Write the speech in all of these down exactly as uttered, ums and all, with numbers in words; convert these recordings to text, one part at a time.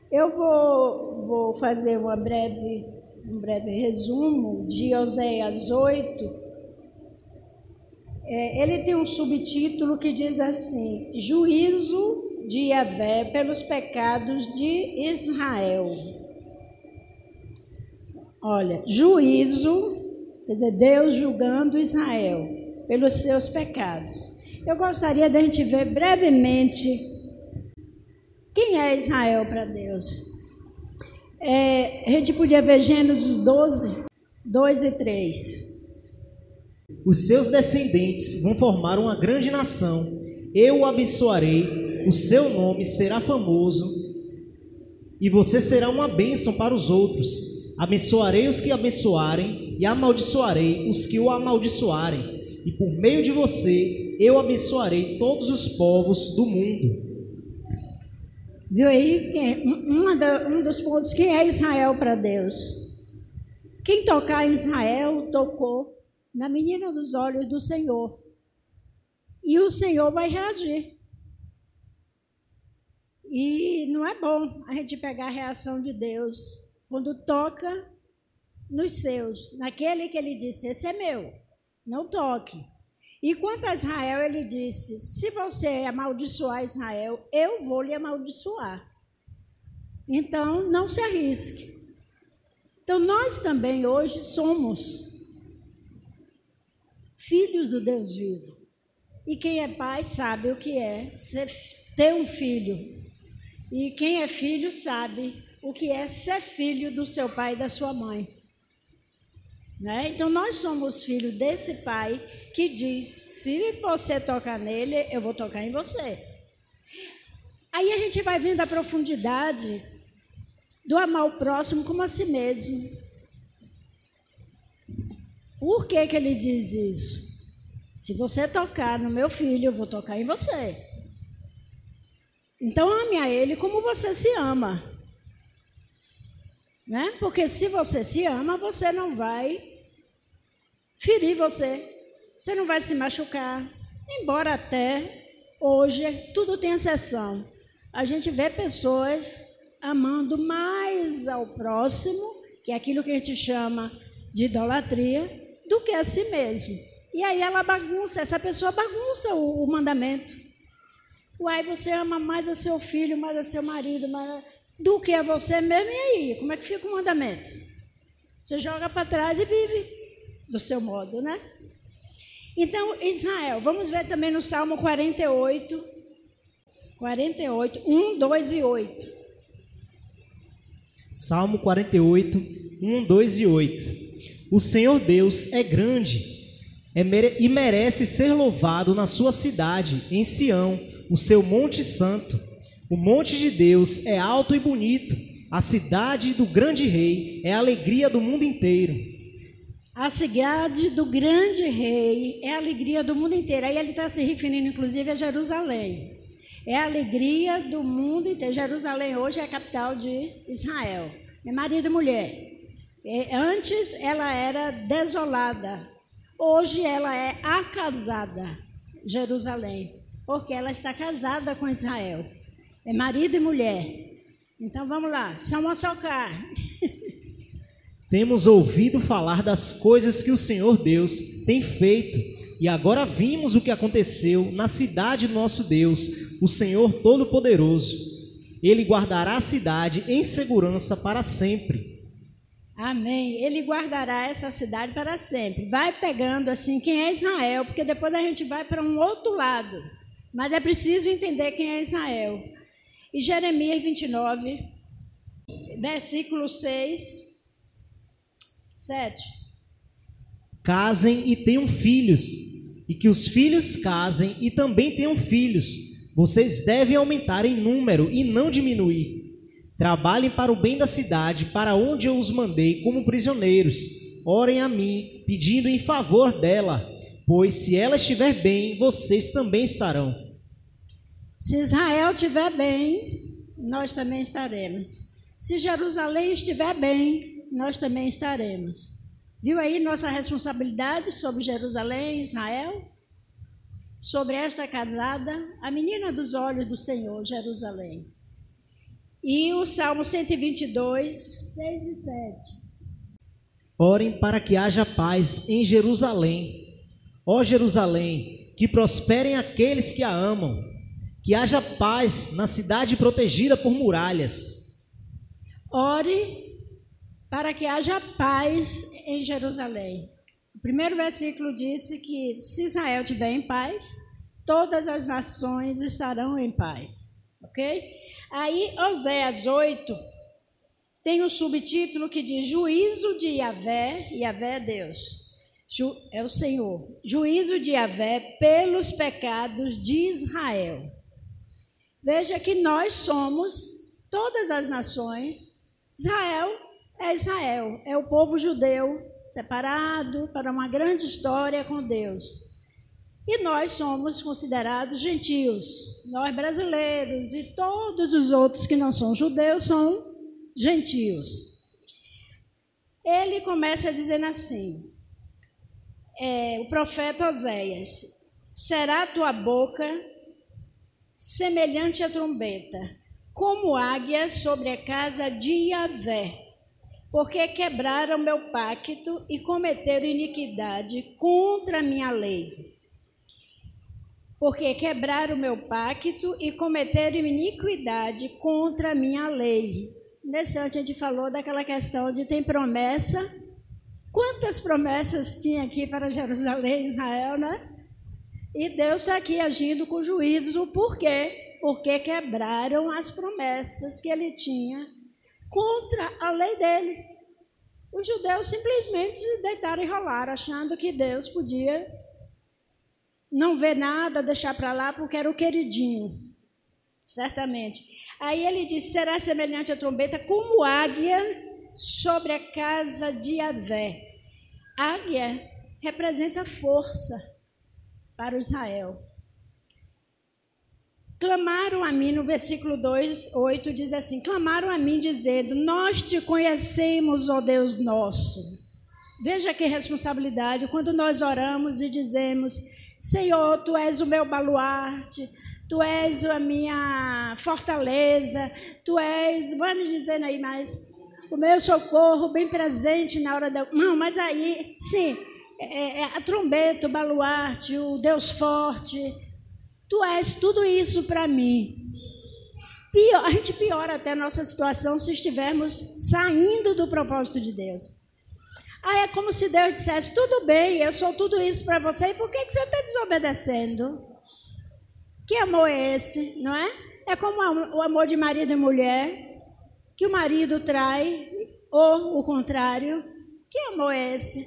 Eu vou, vou fazer uma breve, um breve resumo de Oséias oito. É, ele tem um subtítulo que diz assim: Juízo de Yahvé pelos pecados de Israel. Olha, juízo, quer dizer, Deus julgando Israel pelos seus pecados. Eu gostaria de a gente ver brevemente quem é Israel para Deus. É, a gente podia ver Gênesis doze, dois e três. Os seus descendentes vão formar uma grande nação. Eu o abençoarei, o seu nome será famoso e você será uma bênção para os outros. Abençoarei os que abençoarem e amaldiçoarei os que o amaldiçoarem. E por meio de você, eu abençoarei todos os povos do mundo. Viu aí? Uma da, um dos pontos, quem é Israel para Deus? Quem tocar em Israel, tocou na menina dos olhos do Senhor. E o Senhor vai reagir. E não é bom a gente pegar a reação de Deus quando toca nos seus, naquele que ele disse, esse é meu, não toque. E quanto a Israel, ele disse, se você amaldiçoar Israel, eu vou lhe amaldiçoar. Então, não se arrisque. Então, nós também hoje somos filhos do Deus vivo. E quem é pai sabe o que é ser, ter um filho. E quem é filho sabe o que é ser filho do seu pai e da sua mãe. Né? Então, nós somos filhos desse pai que diz, se você tocar nele, eu vou tocar em você. Aí a gente vai vendo a profundidade do amar o próximo como a si mesmo. Por que que ele diz isso? Se você tocar no meu filho, eu vou tocar em você. Então, ame a ele como você se ama. Né? Porque se você se ama, você não vai ferir você. Você não vai se machucar. Embora até hoje tudo tem exceção. A gente vê pessoas amando mais ao próximo, que é aquilo que a gente chama de idolatria, do que a si mesmo. E aí ela bagunça, essa pessoa bagunça o, o mandamento. Uai, você ama mais a seu filho, mais a seu marido, mais do que a você mesmo, e aí? Como é que fica o mandamento? Você joga para trás e vive do seu modo, né? Então, Israel, vamos ver também no Salmo quarenta e oito, quarenta e oito, um, dois e oito. Salmo quarenta e oito, um, dois e oito. O Senhor Deus é grande é mere- e merece ser louvado na sua cidade, em Sião, o seu monte santo. O monte de Deus é alto e bonito. A cidade do grande rei é a alegria do mundo inteiro. A cidade do grande rei é a alegria do mundo inteiro. Aí ele está se referindo, inclusive, a Jerusalém. É a alegria do mundo inteiro. Jerusalém hoje é a capital de Israel. É marido e mulher. É, antes ela era desolada. Hoje ela é acasada, Jerusalém. Porque ela está casada com Israel. É marido e mulher. Então vamos lá, são uma só carne. Temos ouvido falar das coisas que o Senhor Deus tem feito, e agora vimos o que aconteceu na cidade do nosso Deus, o Senhor Todo-Poderoso. Ele guardará a cidade em segurança para sempre. Amém. Ele guardará essa cidade para sempre. Vai pegando assim quem é Israel, porque depois a gente vai para um outro lado. Mas é preciso entender quem é Israel. E Jeremias vinte e nove, versículo seis, sete. Casem e tenham filhos, e que os filhos casem e também tenham filhos. Vocês devem aumentar em número e não diminuir. Trabalhem para o bem da cidade, para onde eu os mandei como prisioneiros. Orem a mim, pedindo em favor dela, pois se ela estiver bem, vocês também estarão. Se Israel estiver bem, nós também estaremos. Se Jerusalém estiver bem, nós também estaremos. Viu aí nossa responsabilidade sobre Jerusalém, Israel? Sobre esta casada, a menina dos olhos do Senhor, Jerusalém. E o Salmo cento e vinte e dois, seis e sete. Orem para que haja paz em Jerusalém. Ó Jerusalém, que prosperem aqueles que a amam. Que haja paz na cidade protegida por muralhas. Ore para que haja paz em Jerusalém. O primeiro versículo disse que se Israel estiver em paz, todas as nações estarão em paz. Ok? Aí, Oséias oito, tem um subtítulo que diz Juízo de Yahvé, Yahvé é Deus, Ju, é o Senhor. Juízo de Yahvé pelos pecados de Israel. Veja que nós somos todas as nações. Israel é Israel, é o povo judeu separado para uma grande história com Deus. E nós somos considerados gentios. Nós brasileiros e todos os outros que não são judeus são gentios. Ele começa dizendo assim, é, o profeta Oséias, será tua boca semelhante à trombeta, como águia sobre a casa de Yahvé, porque quebraram meu pacto e cometeram iniquidade contra a minha lei. Porque quebraram o meu pacto e cometeram iniquidade contra a minha lei. Nesse instante a gente falou daquela questão de tem promessa. Quantas promessas tinha aqui para Jerusalém, Israel, né? E Deus está aqui agindo com juízo. Por quê? Porque quebraram as promessas que ele tinha contra a lei dele. Os judeus simplesmente deitaram e rolaram, achando que Deus podia não ver nada, deixar para lá, porque era o queridinho, certamente. Aí ele diz, será semelhante à trombeta, como águia sobre a casa de Yahvé. Águia representa força para o Israel. Clamaram a mim, no versículo dois, oito, diz assim, clamaram a mim dizendo, nós te conhecemos, ó Deus nosso. Veja que responsabilidade, quando nós oramos e dizemos, Senhor, Tu és o meu baluarte, Tu és a minha fortaleza, Tu és, vamos dizendo aí mais, o meu socorro bem presente na hora da... Não, mas aí, sim, é, é a trombeta, o baluarte, o Deus forte, Tu és tudo isso para mim. Pior, a gente piora até a nossa situação se estivermos saindo do propósito de Deus. Aí é como se Deus dissesse, tudo bem, eu sou tudo isso para você, e por que, que você está desobedecendo? Que amor é esse, não é? É como o amor de marido e mulher, que o marido trai, ou o contrário. Que amor é esse?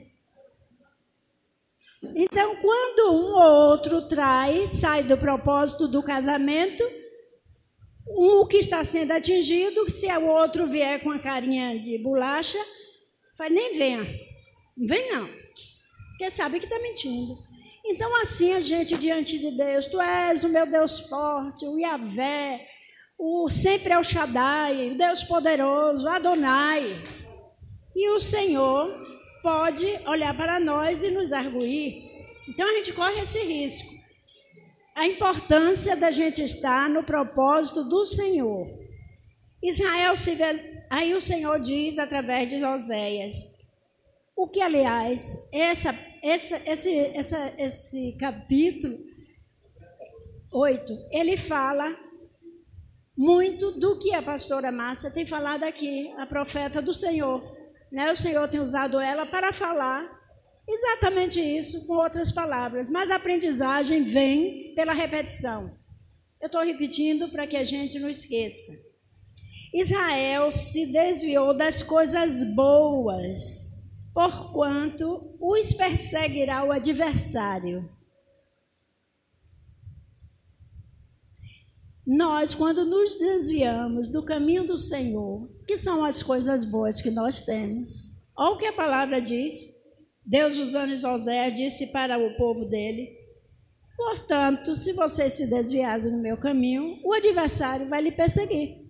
Então, quando um ou outro trai, sai do propósito do casamento, um que está sendo atingido, se o outro vier com a carinha de bolacha, faz, nem venha, não vem não, porque sabe que está mentindo. Então assim a gente diante de Deus, Tu és o meu Deus forte, o Yahvé, o sempre El Shaddai, o Deus poderoso, Adonai. E o Senhor pode olhar para nós e nos arguir. Então a gente corre esse risco. A importância da gente estar no propósito do Senhor. Israel se vê... Aí o Senhor diz através de Oséias, o que, aliás, essa, essa, esse, essa, esse capítulo oito, ele fala muito do que a pastora Márcia tem falado aqui, a profeta do Senhor. Né? O Senhor tem usado ela para falar exatamente isso com outras palavras, mas a aprendizagem vem pela repetição. Eu estou repetindo para que a gente não esqueça. Israel se desviou das coisas boas, porquanto os perseguirá o adversário. Nós, quando nos desviamos do caminho do Senhor, que são as coisas boas que nós temos, olha o que a palavra diz, Deus usando Oséias disse para o povo dele, portanto, se você se desviar do meu caminho, o adversário vai lhe perseguir.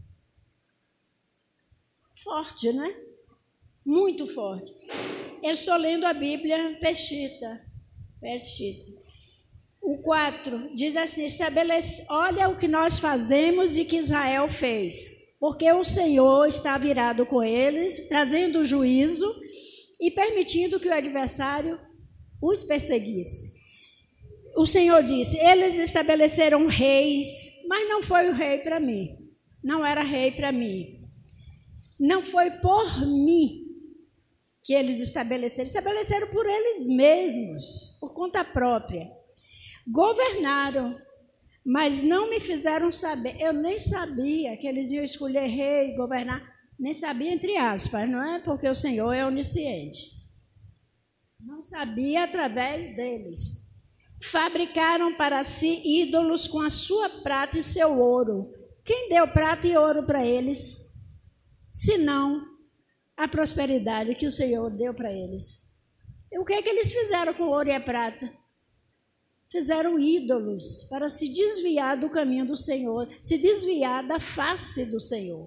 Forte, né? Muito forte. Eu estou lendo a Bíblia Peshitta. Peshitta. O quatro diz assim, estabelece, olha o que nós fazemos e que Israel fez. porque o Senhor está virado com eles, trazendo juízo e permitindo que o adversário os perseguisse. O Senhor disse, eles estabeleceram reis, mas não foi o rei para mim, não era rei para mim. Não foi por mim que eles estabeleceram, estabeleceram por eles mesmos, por conta própria. Governaram, mas não me fizeram saber. Eu nem sabia que eles iam escolher rei, governar, nem sabia entre aspas, não é? Porque o Senhor é onisciente. Não sabia através deles. Fabricaram para si ídolos com a sua prata e seu ouro. Quem deu prata e ouro para eles? Senão a prosperidade que o Senhor deu para eles. E o que é que eles fizeram com o ouro e a prata? Fizeram ídolos para se desviar do caminho do Senhor, se desviar da face do Senhor.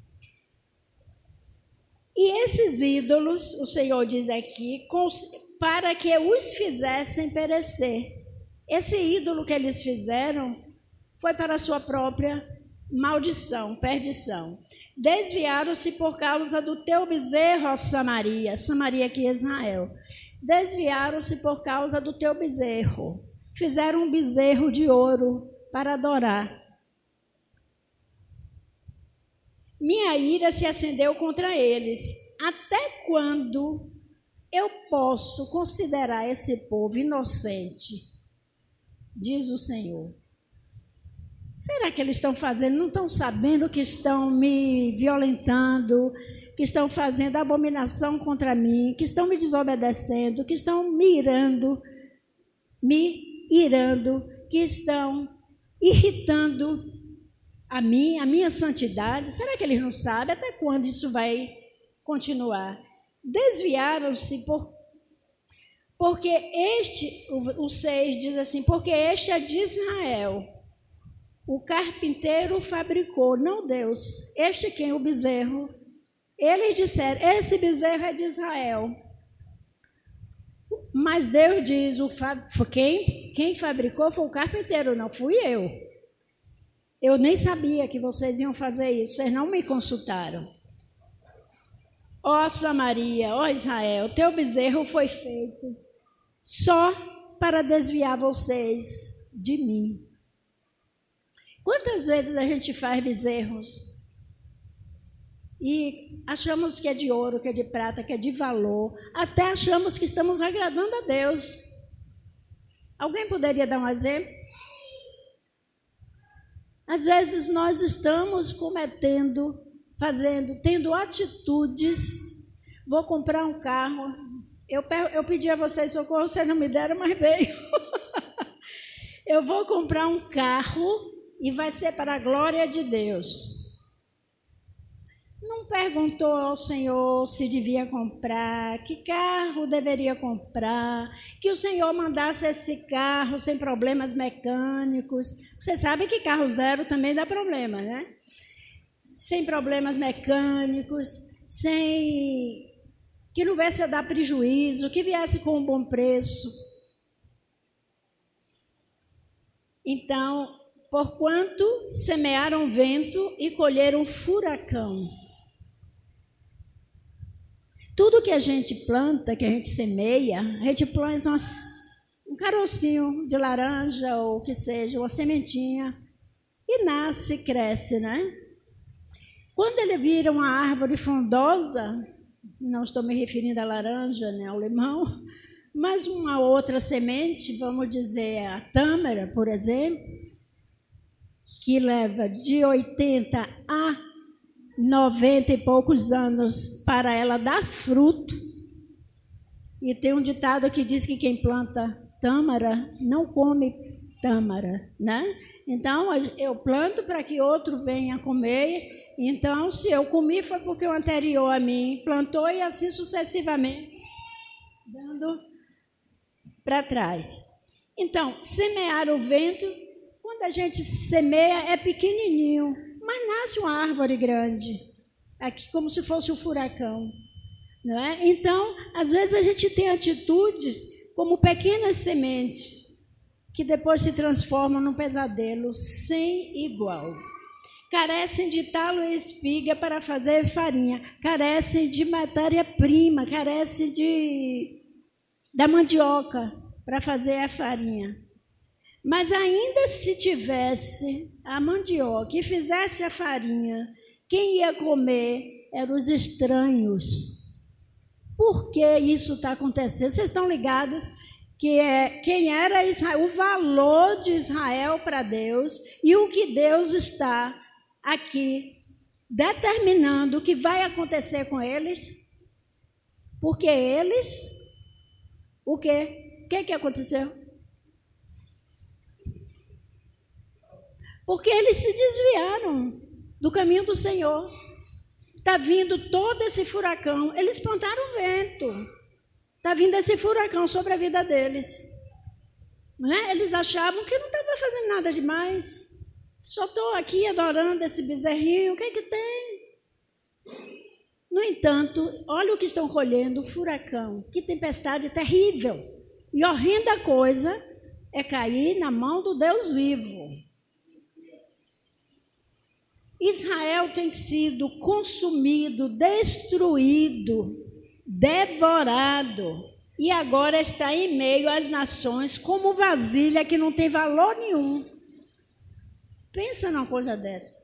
E esses ídolos, o Senhor diz aqui, para que os fizessem perecer. Esse ídolo que eles fizeram foi para a sua própria maldição, perdição. Desviaram-se por causa do teu bezerro, ó Samaria, Samaria aqui é Israel. Desviaram-se por causa do teu bezerro. Fizeram um bezerro de ouro para adorar. Minha ira se acendeu contra eles. Até quando eu posso considerar esse povo inocente? Diz o Senhor. Será que eles estão fazendo, não estão sabendo que estão me violentando, que estão fazendo abominação contra mim, que estão me desobedecendo, que estão me irando, me irando, que estão irritando a mim, a minha santidade? Será que eles não sabem até quando isso vai continuar? Desviaram-se por, porque este, o, o seis diz assim, porque este é de Israel. O carpinteiro fabricou, não Deus. Este quem? O bezerro. Eles disseram, esse bezerro é de Israel. Mas Deus diz, o fa... quem, quem fabricou foi o carpinteiro, não fui eu. Eu nem sabia que vocês iam fazer isso, vocês não me consultaram. Ó Samaria, ó Israel, teu bezerro foi feito só para desviar vocês de mim. Quantas vezes a gente faz bezerros e achamos que é de ouro, que é de prata, que é de valor, até achamos que estamos agradando a Deus. Alguém poderia dar um exemplo? Às vezes nós estamos cometendo, fazendo, tendo atitudes. Vou comprar um carro. Eu, eu pedi a vocês socorro, vocês não me deram, mas veio. Eu vou comprar um carro e vai ser para a glória de Deus. Não perguntou ao Senhor se devia comprar, que carro deveria comprar, que o Senhor mandasse esse carro sem problemas mecânicos. Você sabe que carro zero também dá problema, né? Sem problemas mecânicos, sem que não viesse a dar prejuízo, que viesse com um bom preço. Então, porquanto semearam vento e colheram furacão. Tudo que a gente planta, que a gente semeia, a gente planta um carocinho de laranja ou o que seja, uma sementinha, e nasce, cresce, né? Quando ele vira uma árvore frondosa, não estou me referindo à laranja, né, ao limão, mas uma outra semente, vamos dizer a tâmara, por exemplo, que leva de oitenta a noventa e poucos anos para ela dar fruto. E tem um ditado que diz que quem planta tâmara não come tâmara, né? Então, eu planto para que outro venha comer. Então, se eu comi, foi porque o anterior a mim plantou e assim sucessivamente, dando para trás. Então, semear o vento, quando a gente semeia, é pequenininho, mas nasce uma árvore grande, aqui como se fosse um furacão, não é? Então, às vezes a gente tem atitudes como pequenas sementes, que depois se transformam num pesadelo sem igual. carecem de talo e espiga para fazer farinha, carecem de matéria-prima, carecem de, da mandioca para fazer a farinha. Mas ainda se tivesse a mandioca e fizesse a farinha, quem ia comer eram os estranhos. Por que isso está acontecendo? Vocês estão ligados que é, quem era Israel, o valor de Israel para Deus e o que Deus está aqui determinando o que vai acontecer com eles? Porque eles, o quê? O que, que aconteceu? Porque eles se desviaram do caminho do Senhor. Está vindo todo esse furacão. Eles espantaram o vento. Está vindo esse furacão sobre a vida deles. Não é? Eles achavam que não estava fazendo nada demais. Só estou aqui adorando esse bezerrinho. O que é que tem? No entanto, olha o que estão colhendo, o furacão. Que tempestade terrível. E horrenda coisa é cair na mão do Deus vivo. Israel tem sido consumido, destruído, devorado, e agora está em meio às nações como vasilha que não tem valor nenhum. Pensa numa coisa dessa.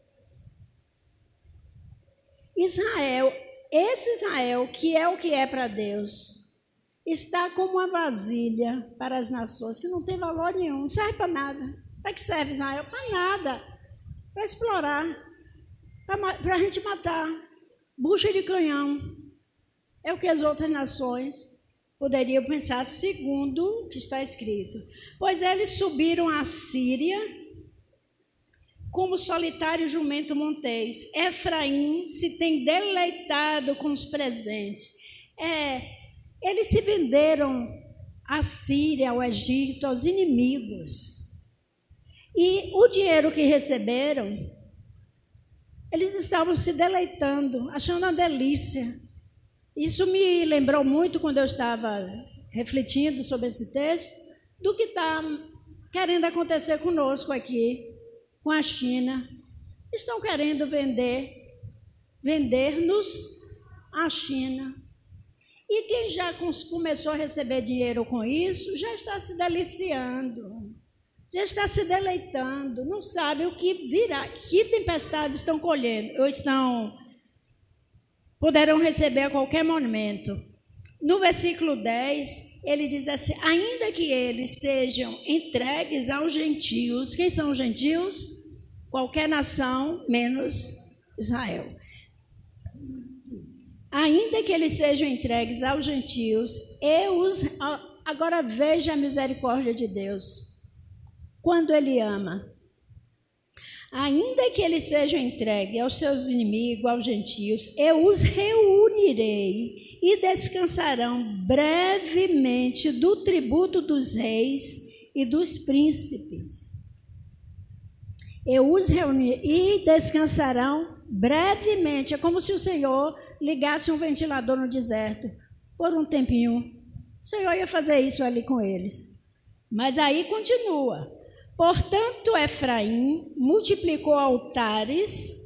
Israel, esse Israel, que é o que é para Deus, está como uma vasilha para as nações que não tem valor nenhum, não serve para nada. Para que serve Israel? Para nada. Para explorar. Para a gente matar, bucha de canhão. É o que as outras nações poderiam pensar, segundo o que está escrito. Pois eles subiram à Síria como solitário jumento montês. Efraim se tem deleitado com os presentes. É, eles se venderam à Síria, ao Egito, aos inimigos. E o dinheiro que receberam, eles estavam se deleitando, achando uma delícia. Isso me lembrou muito, quando eu estava refletindo sobre esse texto, do que está querendo acontecer conosco aqui, com a China. Estão querendo vender, vender-nos à China. E quem já começou a receber dinheiro com isso, já está se deliciando. Já está se deleitando, não sabe o que virá, que tempestades estão colhendo, ou estão, poderão receber a qualquer momento. No versículo dez, ele diz assim, ainda que eles sejam entregues aos gentios, quem são os gentios? Qualquer nação, menos Israel. Ainda que eles sejam entregues aos gentios, eu os... Agora veja a misericórdia de Deus. Quando ele ama, ainda que eles sejam entregues aos seus inimigos, aos gentios, eu os reunirei e descansarão brevemente do tributo dos reis e dos príncipes. Eu os reunirei e descansarão brevemente. É como se o Senhor ligasse um ventilador no deserto por um tempinho. O Senhor ia fazer isso ali com eles. Mas aí continua. Portanto, Efraim multiplicou altares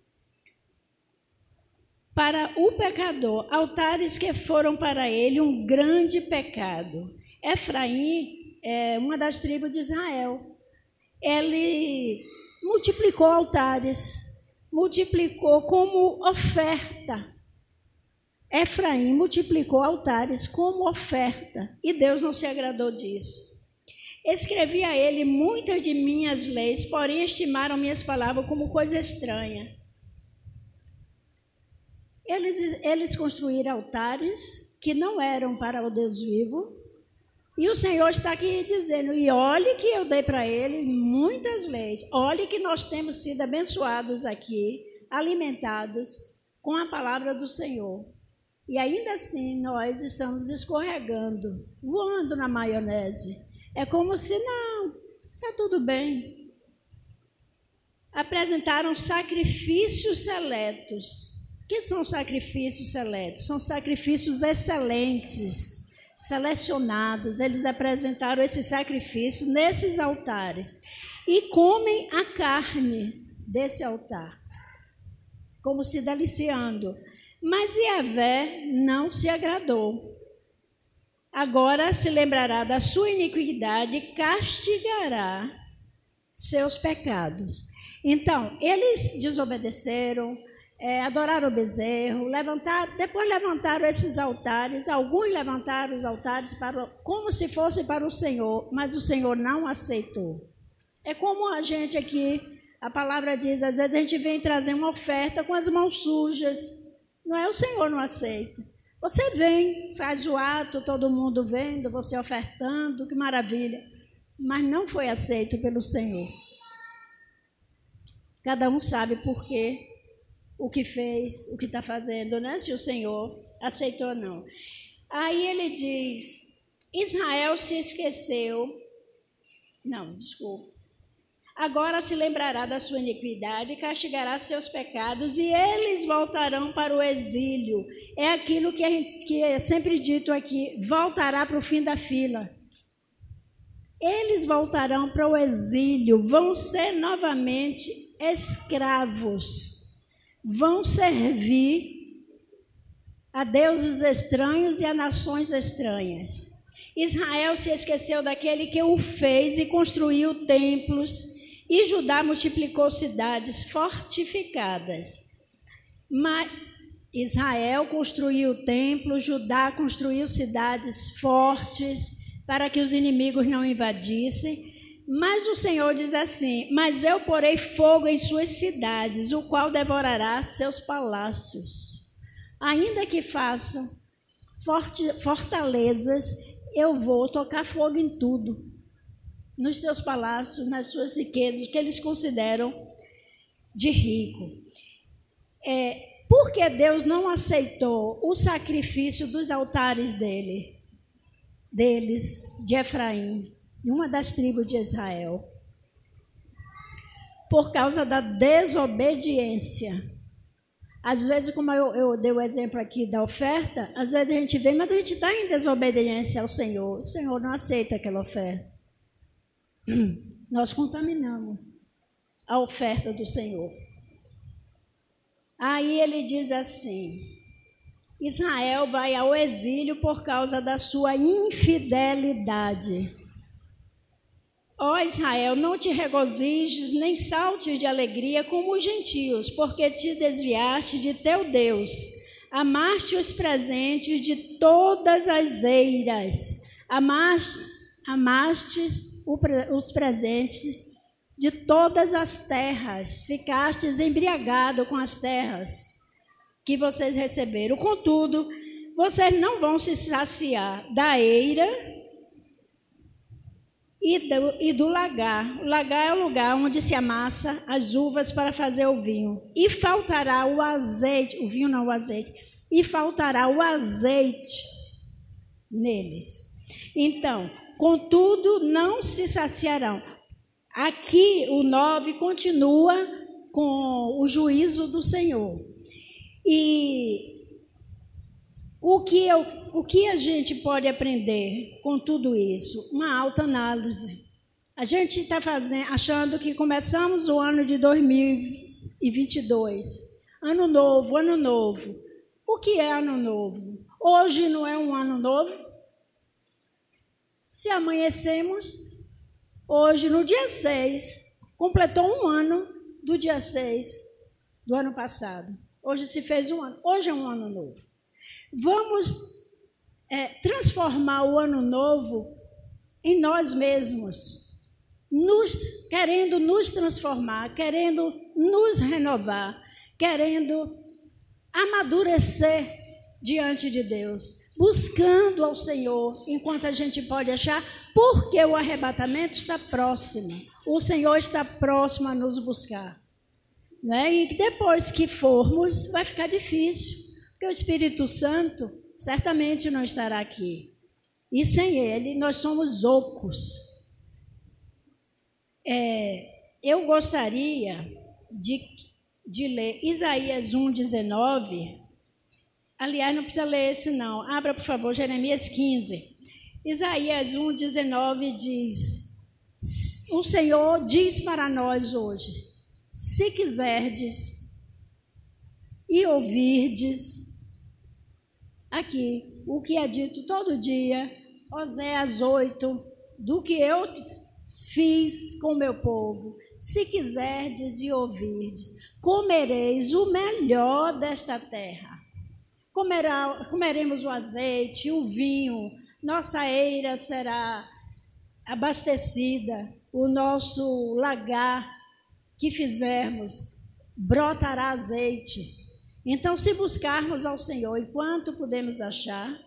para o pecador, altares que foram para ele um grande pecado. Efraim é uma das tribos de Israel. Ele multiplicou altares, multiplicou como oferta. Efraim multiplicou altares como oferta, e Deus não se agradou disso. Escrevi a ele muitas de minhas leis, porém estimaram minhas palavras como coisa estranha. Eles, eles construíram altares que não eram para o Deus vivo, e o Senhor está aqui dizendo, e olhe que eu dei para ele muitas leis, olhe que nós temos sido abençoados aqui, alimentados com a palavra do Senhor. E ainda assim nós estamos escorregando, voando na maionese. É como se, não, está tudo bem. Apresentaram sacrifícios seletos. O que são sacrifícios seletos? São sacrifícios excelentes, selecionados. Eles apresentaram esse sacrifício nesses altares. E comem a carne desse altar, como se deliciando. Mas Yahvé não se agradou. Agora se lembrará da sua iniquidade e castigará seus pecados. Então, eles desobedeceram, é, adoraram o bezerro, levantaram, depois levantaram esses altares, alguns levantaram os altares para, como se fosse para o Senhor, mas o Senhor não aceitou. É como a gente aqui, a palavra diz, às vezes a gente vem trazer uma oferta com as mãos sujas, não é? O Senhor não aceita. Você vem, faz o ato, todo mundo vendo, você ofertando, que maravilha, mas não foi aceito pelo Senhor. Cada um sabe por quê, o que fez, o que está fazendo, né? Se o Senhor aceitou ou não. Aí ele diz, Israel se esqueceu, não, desculpa, agora se lembrará da sua iniquidade e castigará seus pecados e eles voltarão para o exílio. É aquilo que, a gente, que é sempre dito aqui, voltará para o fim da fila. Eles voltarão para o exílio, vão ser novamente escravos, vão servir a deuses estranhos e a nações estranhas. Israel se esqueceu daquele que o fez e construiu templos, e Judá multiplicou cidades fortificadas. Mas Israel construiu templos, Judá construiu cidades fortes para que os inimigos não invadissem. Mas o Senhor diz assim, mas eu porei fogo em suas cidades, o qual devorará seus palácios. Ainda que façam fortalezas, eu vou tocar fogo em tudo. Nos seus palácios, nas suas riquezas, que eles consideram de rico. É, por que Deus não aceitou o sacrifício dos altares dele, deles, de Efraim, uma das tribos de Israel? Por causa da desobediência. Às vezes, como eu, eu dei o exemplo aqui da oferta, às vezes a gente vê, mas a gente está em desobediência ao Senhor. O Senhor não aceita aquela oferta. Nós contaminamos a oferta do Senhor. Aí ele diz assim, Israel vai ao exílio por causa da sua infidelidade. Ó Israel, não te regozijes, nem saltes de alegria como os gentios, porque te desviaste de teu Deus, amaste os presentes de todas as eiras, amaste, amaste os presentes de todas as terras, ficastes embriagado com as terras que vocês receberam. Contudo, vocês não vão se saciar da eira e do, e do lagar. O lagar é o lugar onde se amassa as uvas para fazer o vinho. E faltará o azeite, o vinho não, o azeite, e faltará o azeite neles. Então, contudo, não se saciarão. Aqui, o nove continua com o juízo do Senhor. E o que, eu, o que a gente pode aprender com tudo isso? Uma alta análise. A gente está achando que começamos o ano de dois mil e vinte e dois. Ano novo, ano novo. O que é ano novo? Hoje não é um ano novo? Se amanhecemos, hoje, no dia seis, completou um ano do dia seis do ano passado. Hoje se fez um ano. Hoje é um ano novo. Vamos é, transformar o ano novo em nós mesmos, nos, querendo nos transformar, querendo nos renovar, querendo amadurecer diante de Deus, buscando ao Senhor enquanto a gente pode achar, porque o arrebatamento está próximo. O Senhor está próximo a nos buscar. Né? E depois que formos, vai ficar difícil, porque o Espírito Santo certamente não estará aqui. E sem Ele, nós somos ocos. É, eu gostaria de, de ler Isaías um, dezenove. Aliás, não precisa ler esse não. Abra, por favor, Jeremias quinze. Isaías um, dezenove diz, o Senhor diz para nós hoje, se quiserdes e ouvirdes, aqui, o que é dito todo dia, Oséias oito, do que eu fiz com o meu povo, se quiserdes e ouvirdes, comereis o melhor desta terra. Comerá, comeremos o azeite, o vinho, nossa eira será abastecida, o nosso lagar que fizermos brotará azeite. Então, se buscarmos ao Senhor enquanto podemos achar,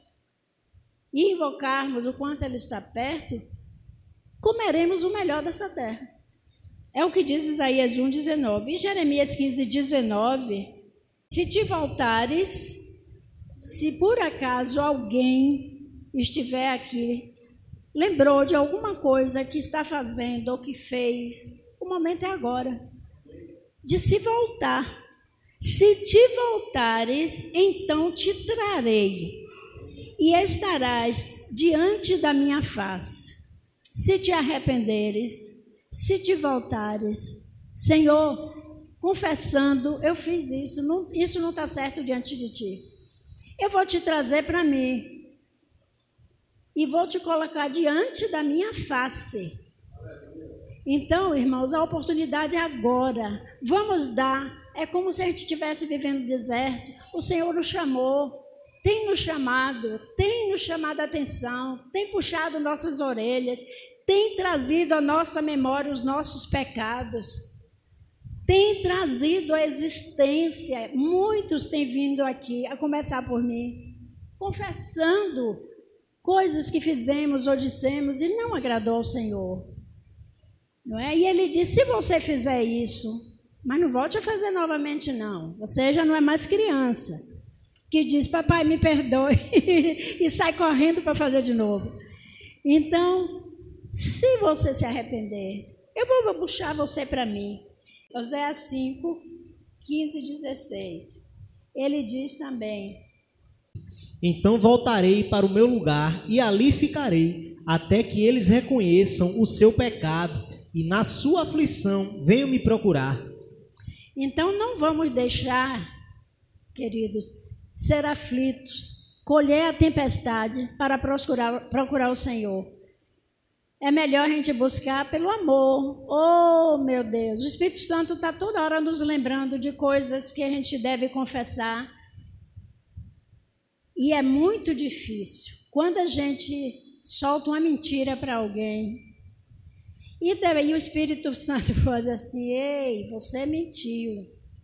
e invocarmos o quanto Ele está perto, comeremos o melhor dessa terra. É o que diz Isaías um, dezenove. E Jeremias quinze, dezenove, se te voltares, se por acaso alguém estiver aqui, lembrou de alguma coisa que está fazendo ou que fez, o momento é agora, de se voltar. Se te voltares, então te trarei, e estarás diante da minha face. Se te arrependeres, se te voltares, Senhor, confessando, eu fiz isso, não, isso não está certo diante de ti. Eu vou te trazer para mim e vou te colocar diante da minha face. Então, irmãos, a oportunidade é agora. Vamos dar. É como se a gente estivesse vivendo no deserto. O Senhor nos chamou, tem nos chamado, tem nos chamado a atenção, tem puxado nossas orelhas, tem trazido à nossa memória os nossos pecados, tem trazido à existência. Muitos têm vindo aqui, a começar por mim, confessando coisas que fizemos ou dissemos e não agradou ao Senhor. Não é? E Ele diz, se você fizer isso, mas não volte a fazer novamente não, você já não é mais criança, que diz, papai me perdoe, e sai correndo para fazer de novo. Então, se você se arrepender, eu vou puxar você para mim. Oséias cinco, quinze, dezesseis. Ele diz também, então voltarei para o meu lugar e ali ficarei, até que eles reconheçam o seu pecado e na sua aflição venham me procurar. Então não vamos deixar, queridos, ser aflitos, colher a tempestade para procurar, procurar o Senhor. É melhor a gente buscar pelo amor. Oh, meu Deus, o Espírito Santo está toda hora nos lembrando de coisas que a gente deve confessar. E é muito difícil quando a gente solta uma mentira para alguém. E daí o Espírito Santo fala assim, ei, você mentiu.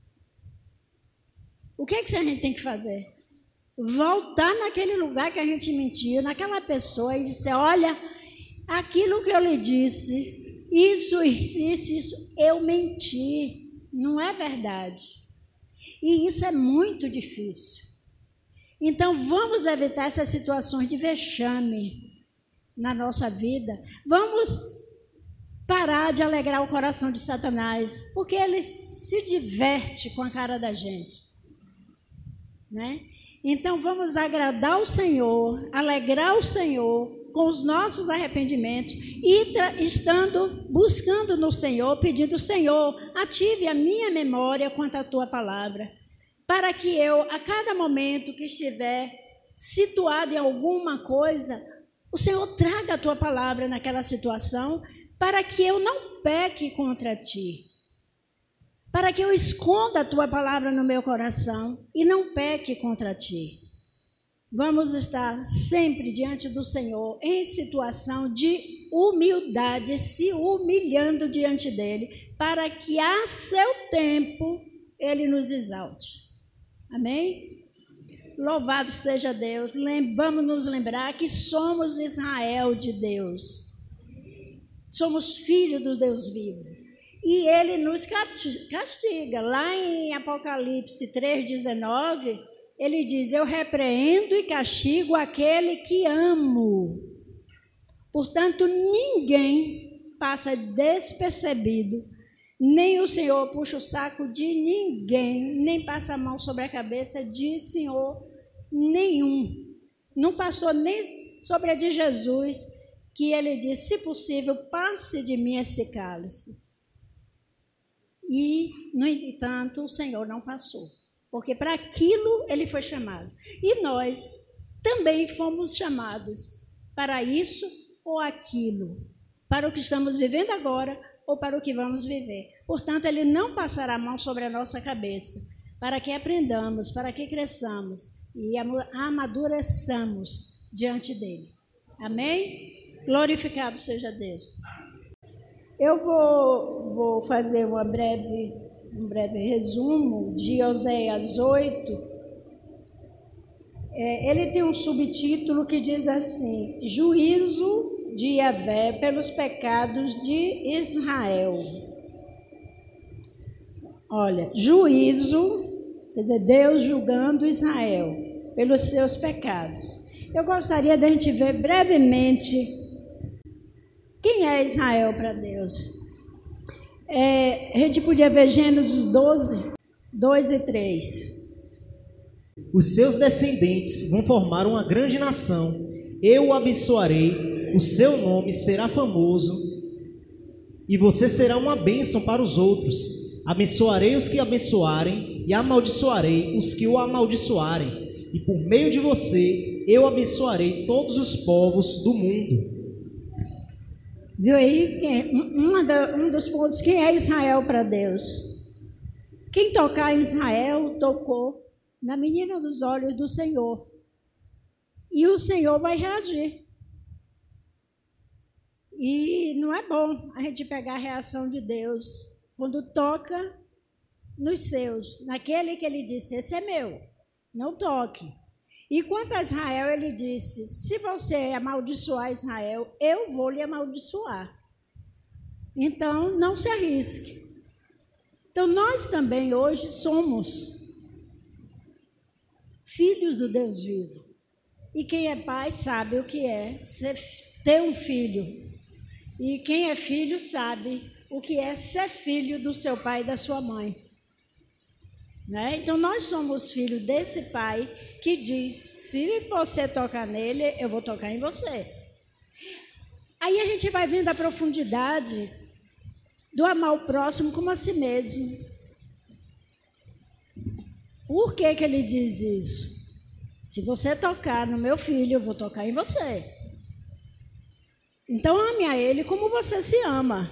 O que é que a gente tem que fazer? Voltar naquele lugar que a gente mentiu, naquela pessoa e dizer, olha, aquilo que eu lhe disse, isso, isso, isso, isso, eu menti, não é verdade. E isso é muito difícil. Então, vamos evitar essas situações de vexame na nossa vida. Vamos parar de alegrar o coração de Satanás, porque ele se diverte com a cara da gente, né? Então, vamos agradar o Senhor, alegrar o Senhor com os nossos arrependimentos e estando buscando no Senhor, pedindo, Senhor, ative a minha memória quanto à tua palavra, para que eu, a cada momento que estiver situado em alguma coisa, o Senhor traga a tua palavra naquela situação, para que eu não peque contra ti, para que eu esconda a tua palavra no meu coração e não peque contra ti. Vamos estar sempre diante do Senhor em situação de humildade, se humilhando diante dele, para que a seu tempo ele nos exalte. Amém? Louvado seja Deus. Vamos nos lembrar que somos Israel de Deus. Somos filhos do Deus vivo. E ele nos castiga. Lá em Apocalipse três, dezenove, ele diz, eu repreendo e castigo aquele que amo. Portanto, ninguém passa despercebido, nem o Senhor puxa o saco de ninguém, nem passa a mão sobre a cabeça de Senhor nenhum. Não passou nem sobre a de Jesus, que ele disse, se possível, passe de mim esse cálice. E, no entanto, o Senhor não passou, porque para aquilo ele foi chamado. E nós também fomos chamados para isso ou aquilo, para o que estamos vivendo agora ou para o que vamos viver. Portanto, ele não passará a mão sobre a nossa cabeça, para que aprendamos, para que cresçamos e amadureçamos diante dele. Amém? Glorificado seja Deus. Eu vou, vou fazer uma breve, um breve resumo de Oséias oito. É, ele tem um subtítulo que diz assim: Juízo de Yahvé pelos pecados de Israel. Olha, juízo, quer dizer, Deus julgando Israel pelos seus pecados. Eu gostaria de a gente ver brevemente quem é Israel para Deus. É, a gente podia ver Gênesis doze, dois e três. Os seus descendentes vão formar uma grande nação. Eu o abençoarei, o seu nome será famoso, e você será uma bênção para os outros. Abençoarei os que abençoarem, e amaldiçoarei os que o amaldiçoarem. E por meio de você, eu abençoarei todos os povos do mundo. Viu aí? Uma da, um dos pontos, quem é Israel para Deus? Quem tocar em Israel, tocou na menina dos olhos do Senhor. E o Senhor vai reagir. E não é bom a gente pegar a reação de Deus quando toca nos seus, naquele que ele disse, esse é meu, não toque. E quanto a Israel, ele disse, se você amaldiçoar Israel, eu vou lhe amaldiçoar. Então, não se arrisque. Então, nós também hoje somos filhos do Deus vivo. E quem é pai sabe o que é ser, ter um filho. E quem é filho sabe o que é ser filho do seu pai e da sua mãe. Né? Então, nós somos filhos desse pai que diz, se você tocar nele, eu vou tocar em você. Aí a gente vai vendo a profundidade do amar o próximo como a si mesmo. Por que que ele diz isso? Se você tocar no meu filho, eu vou tocar em você. Então, ame a ele como você se ama.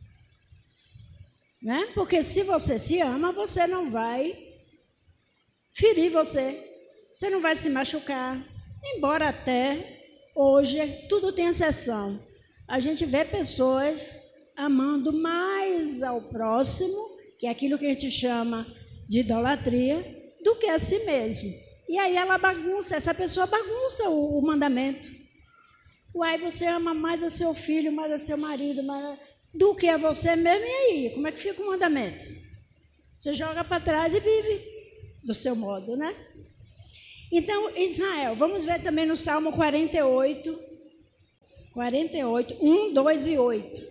Né? Porque se você se ama, você não vai ferir você, você não vai se machucar, embora até hoje tudo tem exceção. A gente vê pessoas amando mais ao próximo, que é aquilo que a gente chama de idolatria, do que a si mesmo. E aí ela bagunça, essa pessoa bagunça o, o mandamento. Uai, você ama mais a seu filho, mais a seu marido, mais do que a você mesmo, e aí? Como é que fica o mandamento? Você joga para trás e vive do seu modo, né? Então, Israel, vamos ver também no Salmo quarenta e oito, quarenta e oito, um, dois e oito.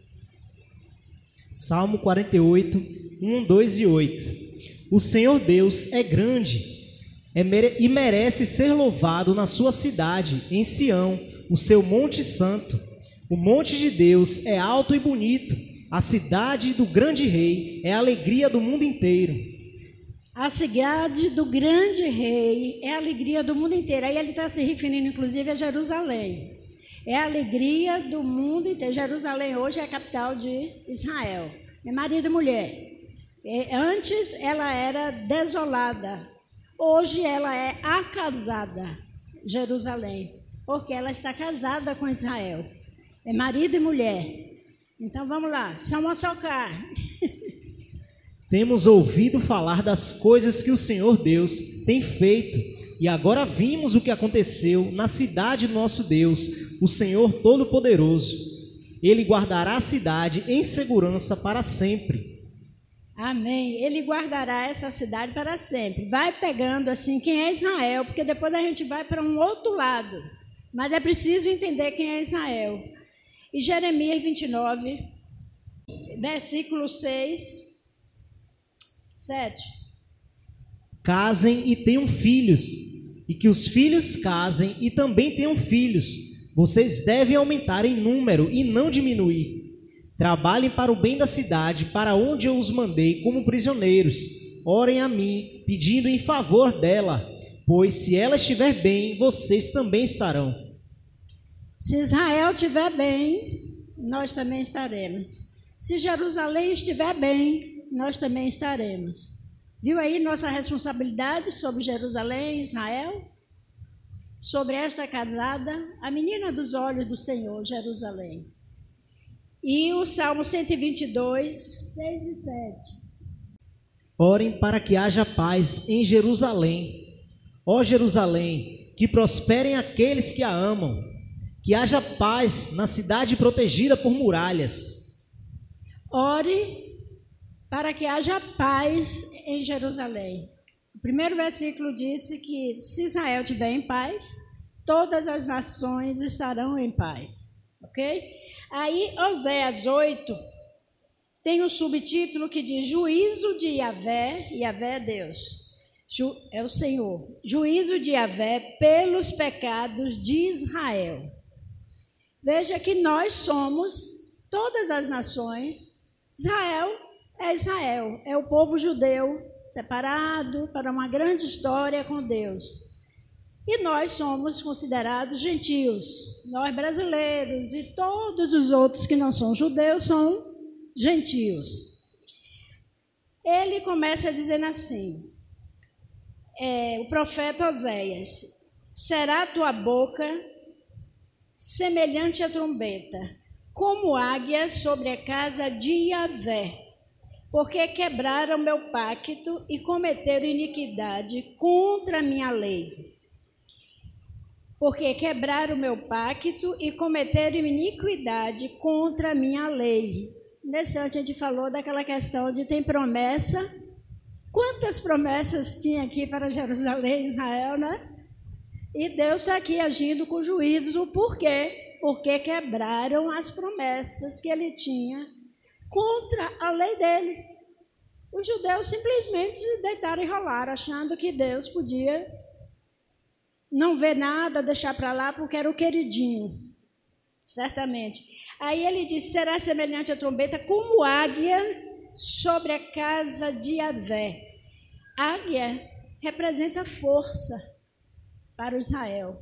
Salmo quarenta e oito, um, dois e oito. O Senhor Deus é grande é mere- e merece ser louvado na sua cidade, em Sião, o seu monte santo. O monte de Deus é alto e bonito, a cidade do grande rei é a alegria do mundo inteiro. A cidade do grande rei é a alegria do mundo inteiro. Aí ele está se referindo, inclusive, a Jerusalém. É a alegria do mundo inteiro. Jerusalém hoje é a capital de Israel. É marido e mulher. É, antes ela era desolada. Hoje ela é acasada, Jerusalém, porque ela está casada com Israel. É marido e mulher. Então vamos lá, são uma só carne. Temos ouvido falar das coisas que o Senhor Deus tem feito, e agora vimos o que aconteceu na cidade do nosso Deus, o Senhor Todo-Poderoso. Ele guardará a cidade em segurança para sempre. Amém. Ele guardará essa cidade para sempre. Vai pegando assim quem é Israel, porque depois a gente vai para um outro lado. Mas é preciso entender quem é Israel. E Jeremias vinte e nove, versículo seis, sete. Casem e tenham filhos, e que os filhos casem e também tenham filhos. Vocês devem aumentar em número e não diminuir. Trabalhem para o bem da cidade, para onde eu os mandei como prisioneiros. Orem a mim, pedindo em favor dela, pois se ela estiver bem, vocês também estarão. Se Israel estiver bem, nós também estaremos. Se Jerusalém estiver bem, nós também estaremos. Viu aí nossa responsabilidade sobre Jerusalém, Israel? Sobre esta casada, a menina dos olhos do Senhor, Jerusalém. E o Salmo cento e vinte e dois, seis e sete. Orem para que haja paz em Jerusalém. Ó Jerusalém, que prosperem aqueles que a amam. Que haja paz na cidade protegida por muralhas. Ore para que haja paz em Jerusalém. O primeiro versículo disse que se Israel estiver em paz, todas as nações estarão em paz. Ok? Aí, Oséias oito, tem um subtítulo que diz Juízo de Yahvé, Yahvé é Deus, Ju, é o Senhor. Juízo de Yahvé pelos pecados de Israel. Veja que nós somos todas as nações. Israel é Israel, é o povo judeu separado para uma grande história com Deus. E nós somos considerados gentios. Nós brasileiros e todos os outros que não são judeus são gentios. Ele começa dizendo assim, é, o profeta Oséias, será tua boca semelhante à trombeta, como águia sobre a casa de Yahvé, porque quebraram meu pacto e cometeram iniquidade contra a minha lei. Porque quebraram o meu pacto e cometeram iniquidade contra a minha lei. Nesse instante a gente falou daquela questão de tem promessa. Quantas promessas tinha aqui para Jerusalém, Israel, né? E Deus está aqui agindo com juízo. Por quê? Porque quebraram as promessas que ele tinha contra a lei dele. Os judeus simplesmente deitaram e rolaram, achando que Deus podia não ver nada, deixar para lá, porque era o queridinho, certamente. Aí ele diz, será semelhante à trombeta como águia sobre a casa de Yahvé. Águia representa força para o Israel.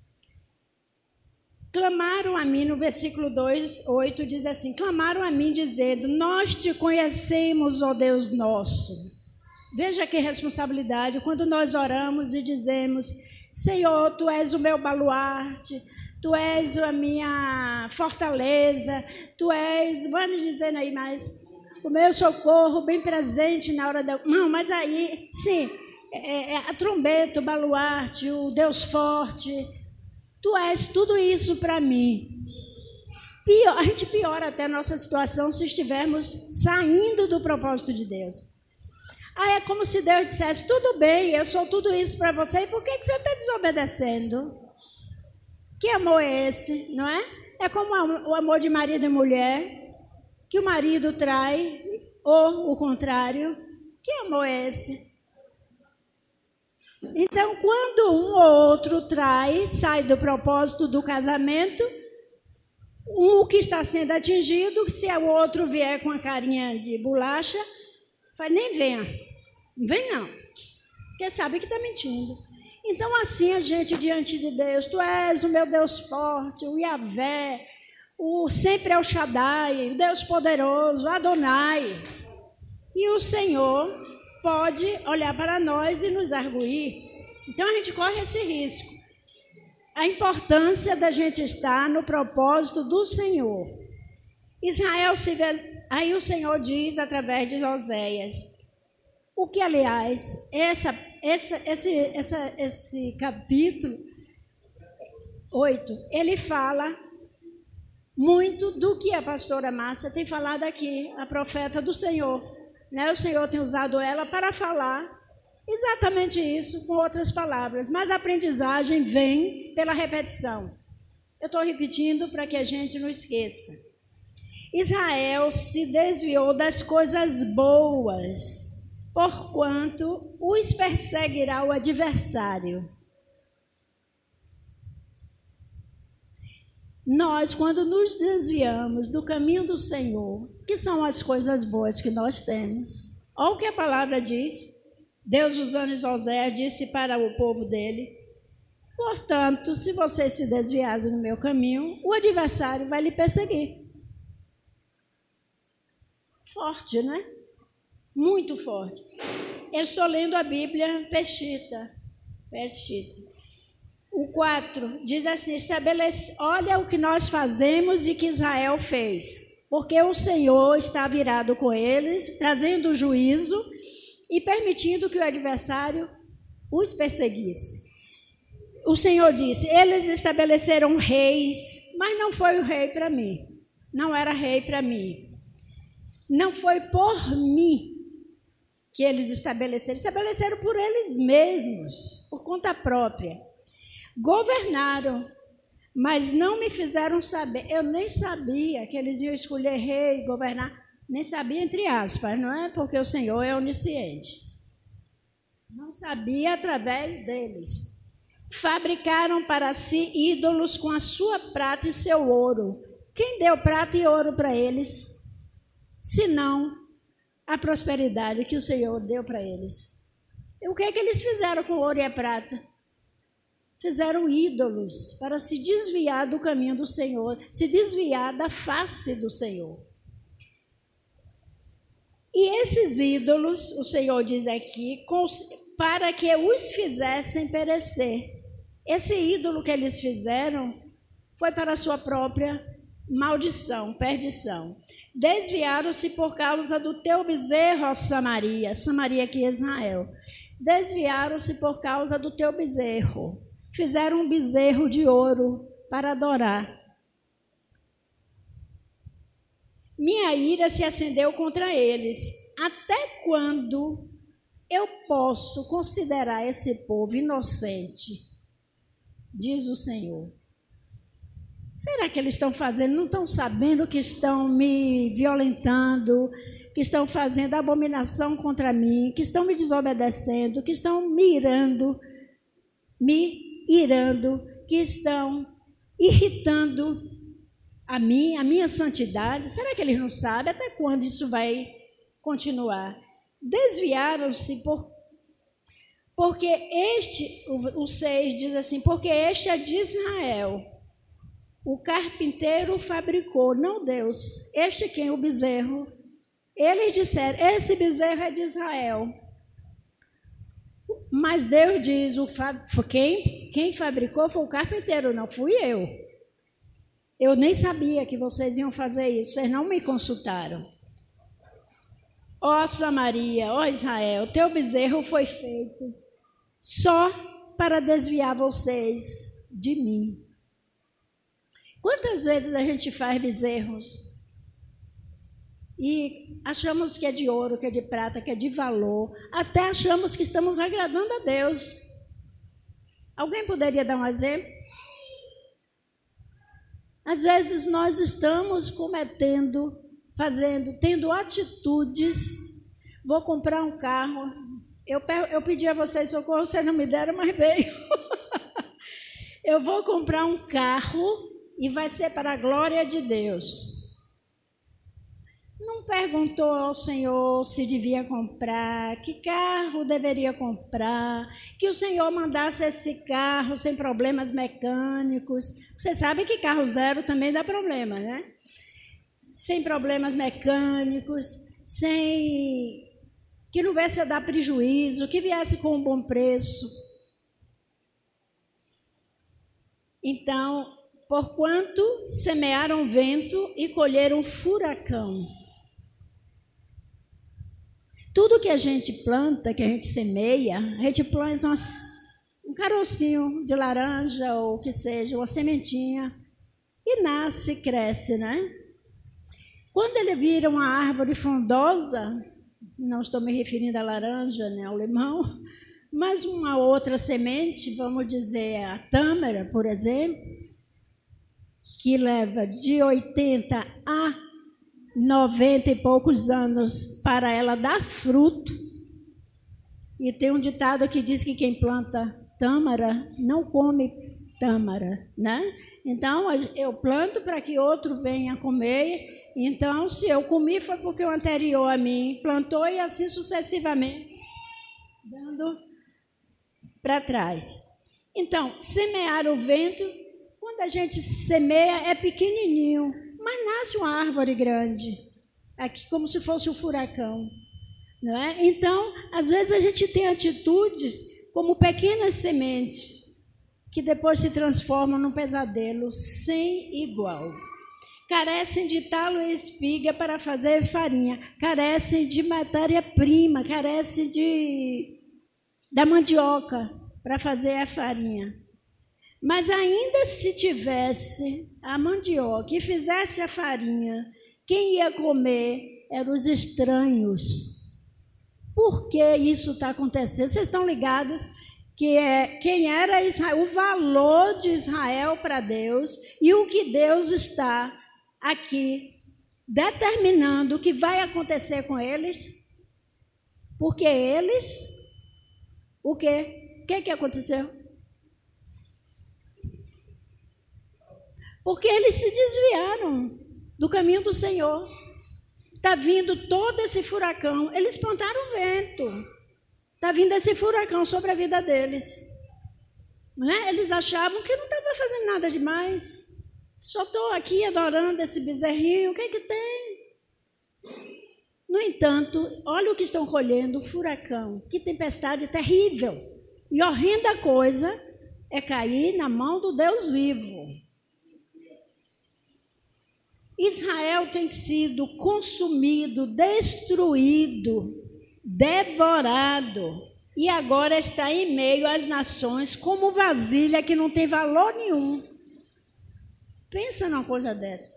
Clamaram a mim, no versículo dois, oito, diz assim, clamaram a mim dizendo, nós te conhecemos, ó Deus nosso. Veja que responsabilidade, quando nós oramos e dizemos, Senhor, Tu és o meu baluarte, Tu és a minha fortaleza, Tu és, vamos dizendo aí mais, o meu socorro bem presente na hora da... Não, mas aí, sim, é, é a trombeta, o baluarte, o Deus forte, Tu és tudo isso para mim. Pior, a gente piora até a nossa situação se estivermos saindo do propósito de Deus. Aí é como se Deus dissesse, tudo bem, eu sou tudo isso para você, e por que, que você está desobedecendo? Que amor é esse, não é? É como o amor de marido e mulher, que o marido trai, ou o contrário. Que amor é esse? Então, quando um ou outro trai, sai do propósito do casamento, um que está sendo atingido, se o outro vier com a carinha de bolacha, faz, nem venha, não vem não, porque sabe que está mentindo. Então assim a gente diante de Deus, Tu és o meu Deus forte, o Yahvé, o sempre El Shaddai, o Deus poderoso, Adonai. E o Senhor pode olhar para nós e nos arguir. Então a gente corre esse risco. A importância da gente estar no propósito do Senhor. Israel se vê... Aí o Senhor diz através de Oséias, o que, aliás, essa, essa, esse, essa, esse capítulo oito, ele fala muito do que a pastora Márcia tem falado aqui, a profeta do Senhor. Né? O Senhor tem usado ela para falar exatamente isso com outras palavras, mas a aprendizagem vem pela repetição. Eu estou repetindo para que a gente não esqueça. Israel se desviou das coisas boas, porquanto os perseguirá o adversário. Nós, quando nos desviamos do caminho do Senhor, que são as coisas boas que nós temos, olha o que a palavra diz. Deus, usando José, disse para o povo dele: portanto, se vocês se desviarem do meu caminho, o adversário vai lhe perseguir. Forte, né? Muito forte. Eu estou lendo a Bíblia Peshitta. Peshitta. O quatro diz assim: estabelece, olha o que nós fazemos e que Israel fez, porque o Senhor está virado com eles, trazendo juízo e permitindo que o adversário os perseguisse. O Senhor disse: eles estabeleceram reis, mas não foi o rei para mim, não era rei para mim, não foi por mim que eles estabeleceram, estabeleceram por eles mesmos, por conta própria. Governaram, mas não me fizeram saber. Eu nem sabia que eles iam escolher rei, governar. Nem sabia, entre aspas, não é? Porque o Senhor é onisciente. Não sabia através deles. Fabricaram para si ídolos com a sua prata e seu ouro. Quem deu prata e ouro para eles? Senão a prosperidade que o Senhor deu para eles. E o que é que eles fizeram com o ouro e a prata? Fizeram ídolos para se desviar do caminho do Senhor, se desviar da face do Senhor. E esses ídolos, o Senhor diz aqui, para que os fizessem perecer. Esse ídolo que eles fizeram foi para a sua própria maldição, perdição. Desviaram-se por causa do teu bezerro, ó Samaria, Samaria aqui é Israel. Desviaram-se por causa do teu bezerro. Fizeram um bezerro de ouro para adorar. Minha ira se acendeu contra eles. Até quando eu posso considerar esse povo inocente? Diz o Senhor. Será que eles estão fazendo, não estão sabendo que estão me violentando, que estão fazendo abominação contra mim, que estão me desobedecendo, que estão me irando, me irando, que estão irritando a mim, a minha santidade? Será que eles não sabem até quando isso vai continuar? Desviaram-se por, porque este, o, o seis diz assim, porque este é de Israel, o carpinteiro fabricou, não Deus, este quem? O bezerro. Eles disseram, esse bezerro é de Israel. Mas Deus diz, o fa... quem, quem fabricou foi o carpinteiro, não fui eu. Eu nem sabia que vocês iam fazer isso, vocês não me consultaram. Ó Samaria, ó Israel, teu bezerro foi feito só para desviar vocês de mim. Quantas vezes a gente faz bezerros e achamos que é de ouro, que é de prata, que é de valor, até achamos que estamos agradando a Deus. Alguém poderia dar um exemplo? Às vezes nós estamos cometendo, fazendo, tendo atitudes. Vou comprar um carro. Eu, eu pedi a vocês socorro, vocês não me deram, mas veio. Eu vou comprar um carro e vai ser para a glória de Deus. Não perguntou ao Senhor se devia comprar, que carro deveria comprar, que o Senhor mandasse esse carro sem problemas mecânicos. Você sabe que carro zero também dá problema, né? Sem problemas mecânicos, sem que não viesse a dar prejuízo, que viesse com um bom preço. Então, porquanto semearam vento e colheram furacão. Tudo que a gente planta, que a gente semeia, a gente planta um carocinho de laranja ou o que seja, uma sementinha, e nasce, cresce, né? Quando ele vira uma árvore frondosa, não estou me referindo à laranja, né, ao limão, mas uma outra semente, vamos dizer a tâmara, por exemplo, que leva de oitenta a noventa e poucos anos para ela dar fruto. E tem um ditado que diz que quem planta tâmara não come tâmara, né? Então, eu planto para que outro venha comer. Então, se eu comi, foi porque o anterior a mim plantou e assim sucessivamente, dando para trás. Então, semear o vento, quando a gente semeia, é pequenininho, mas nasce uma árvore grande, aqui como se fosse um furacão. Não é? Então, às vezes a gente tem atitudes como pequenas sementes, que depois se transformam num pesadelo sem igual. Carecem de talo e espiga para fazer farinha, carecem de matéria-prima, carecem de, da mandioca para fazer a farinha. Mas ainda se tivesse a mandioca e fizesse a farinha, quem ia comer eram os estranhos. Por que isso está acontecendo? Vocês estão ligados que é, quem era Israel, o valor de Israel para Deus e o que Deus está aqui determinando o que vai acontecer com eles? Porque eles, o quê? O que, que aconteceu? Porque eles se desviaram do caminho do Senhor. Está vindo todo esse furacão. Eles plantaram o vento. Está vindo esse furacão sobre a vida deles. Não é? Eles achavam que não estava fazendo nada demais. Só estou aqui adorando esse bezerrinho. O que é que tem? No entanto, olha o que estão colhendo, o furacão. Que tempestade terrível. E horrenda coisa é cair na mão do Deus vivo. Israel tem sido consumido, destruído, devorado, e agora está em meio às nações como vasilha que não tem valor nenhum. Pensa numa coisa dessa.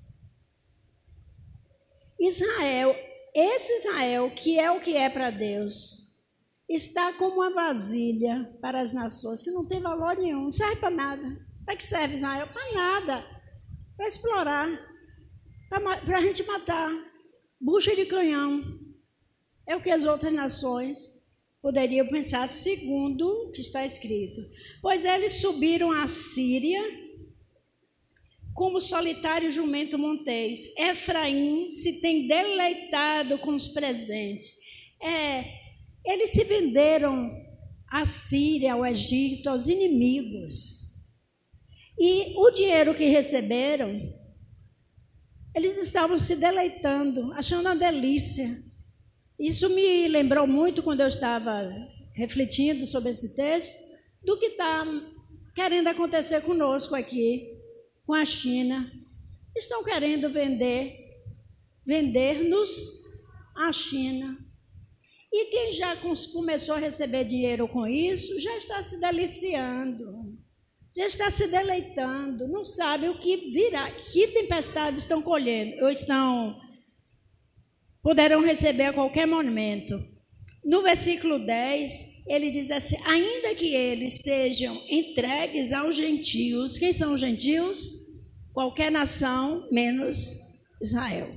Israel, esse Israel, que é o que é para Deus, está como uma vasilha para as nações que não tem valor nenhum, não serve para nada. Para que serve Israel? Para nada. Para explorar. Para a gente matar, bucha de canhão. É o que as outras nações poderiam pensar, segundo o que está escrito. Pois eles subiram à Síria como solitário jumento montês. Efraim se tem deleitado com os presentes. É, eles se venderam à Síria, ao Egito, aos inimigos. E o dinheiro que receberam, eles estavam se deleitando, achando uma delícia. Isso me lembrou muito, quando eu estava refletindo sobre esse texto, do que está querendo acontecer conosco aqui, com a China. Estão querendo vender, vender-nos à China. E quem já começou a receber dinheiro com isso, já está se deliciando. Já está se deleitando, não sabe o que virá, que tempestades estão colhendo, ou estão, poderão receber a qualquer momento. No versículo dez, ele diz assim, ainda que eles sejam entregues aos gentios, quem são os gentios? Qualquer nação, menos Israel.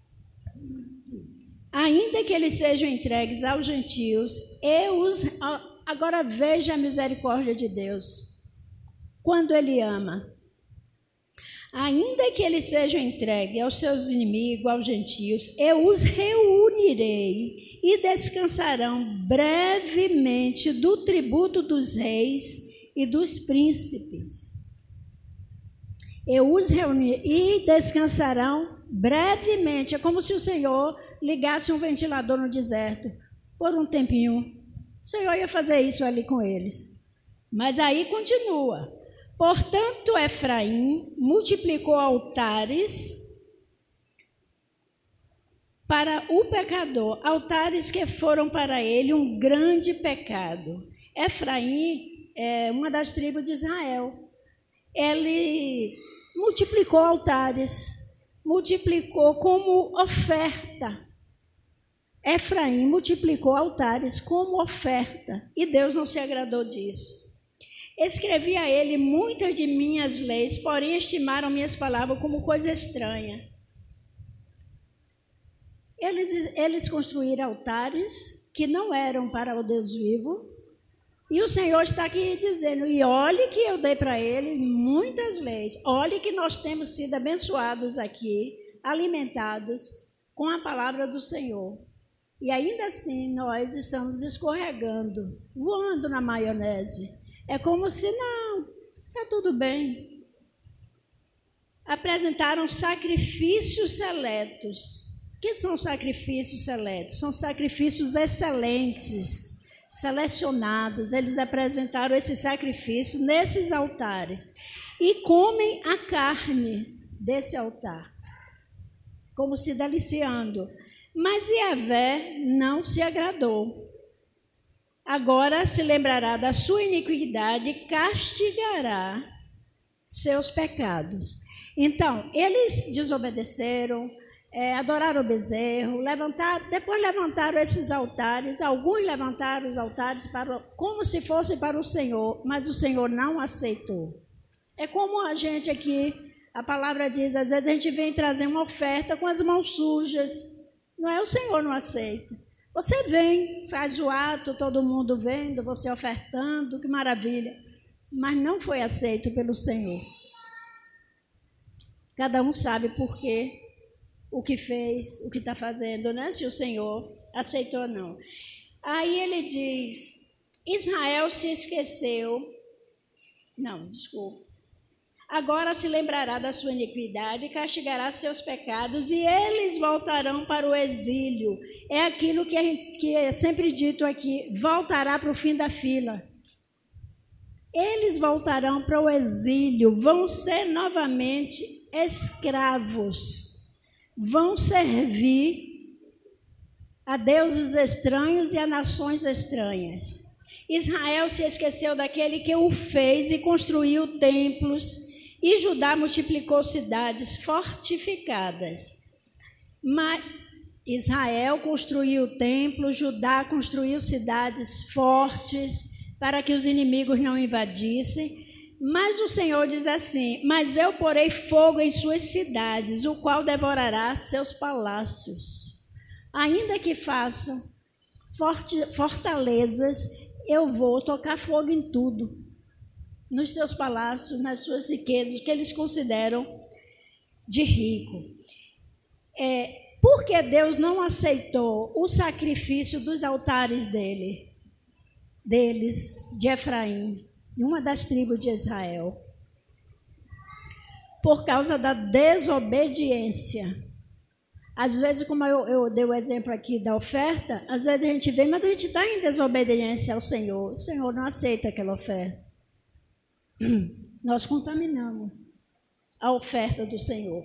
Ainda que eles sejam entregues aos gentios, eu os... Agora veja a misericórdia de Deus. Quando ele ama, ainda que eles sejam entregues aos seus inimigos, aos gentios, eu os reunirei e descansarão brevemente do tributo dos reis e dos príncipes. Eu os reunirei e descansarão brevemente. É como se o Senhor ligasse um ventilador no deserto por um tempinho. O Senhor ia fazer isso ali com eles. Mas aí continua. Portanto, Efraim multiplicou altares para o pecador, altares que foram para ele um grande pecado. Efraim é uma das tribos de Israel. Ele multiplicou altares, multiplicou como oferta. Efraim multiplicou altares como oferta, e Deus não se agradou disso. Escrevi a ele muitas de minhas leis, porém estimaram minhas palavras como coisa estranha. Eles, eles construíram altares que não eram para o Deus vivo, E o Senhor está aqui dizendo, e olhe que eu dei para ele muitas leis, olhe que nós temos sido abençoados aqui, alimentados com a palavra do Senhor. E ainda assim nós estamos escorregando, voando na maionese. É como se, não, está tudo bem. Apresentaram sacrifícios seletos. O que são sacrifícios seletos? São sacrifícios excelentes, selecionados. Eles apresentaram esse sacrifício nesses altares e comem a carne desse altar, como se deliciando. Mas Yahvé não se agradou. Agora se lembrará da sua iniquidade e castigará seus pecados. Então, eles desobedeceram, é, adoraram o bezerro, levantaram, depois levantaram esses altares, alguns levantaram os altares para, como se fosse para o Senhor, mas o Senhor não aceitou. É como a gente aqui, a palavra diz, às vezes a gente vem trazer uma oferta com as mãos sujas. Não é, o Senhor não aceita. Você vem, faz o ato, todo mundo vendo, você ofertando, que maravilha. Mas não foi aceito pelo Senhor. Cada um sabe por quê, o que fez, o que está fazendo, né? Se o Senhor aceitou ou não. Aí ele diz, Israel se esqueceu. Não, desculpa. Agora se lembrará da sua iniquidade e castigará seus pecados, e eles voltarão para o exílio. É aquilo que, a gente, que é sempre dito aqui, voltará para o fim da fila. Eles voltarão para o exílio, vão ser novamente escravos, vão servir a deuses estranhos e a nações estranhas. Israel se esqueceu daquele que o fez e construiu templos, e Judá multiplicou cidades fortificadas. Mas Israel construiu templos, Judá construiu cidades fortes para que os inimigos não invadissem. Mas o Senhor diz assim, mas eu porei fogo em suas cidades, o qual devorará seus palácios. Ainda que façam fortalezas, eu vou tocar fogo em tudo. Nos seus palácios, nas suas riquezas, que eles consideram de rico. É, por que Deus não aceitou o sacrifício dos altares dele, deles, de Efraim, uma das tribos de Israel? Por causa da desobediência. Às vezes, como eu, eu dei o exemplo aqui da oferta, às vezes a gente vê, mas a gente está em desobediência ao Senhor. O Senhor não aceita aquela oferta. Nós contaminamos a oferta do Senhor.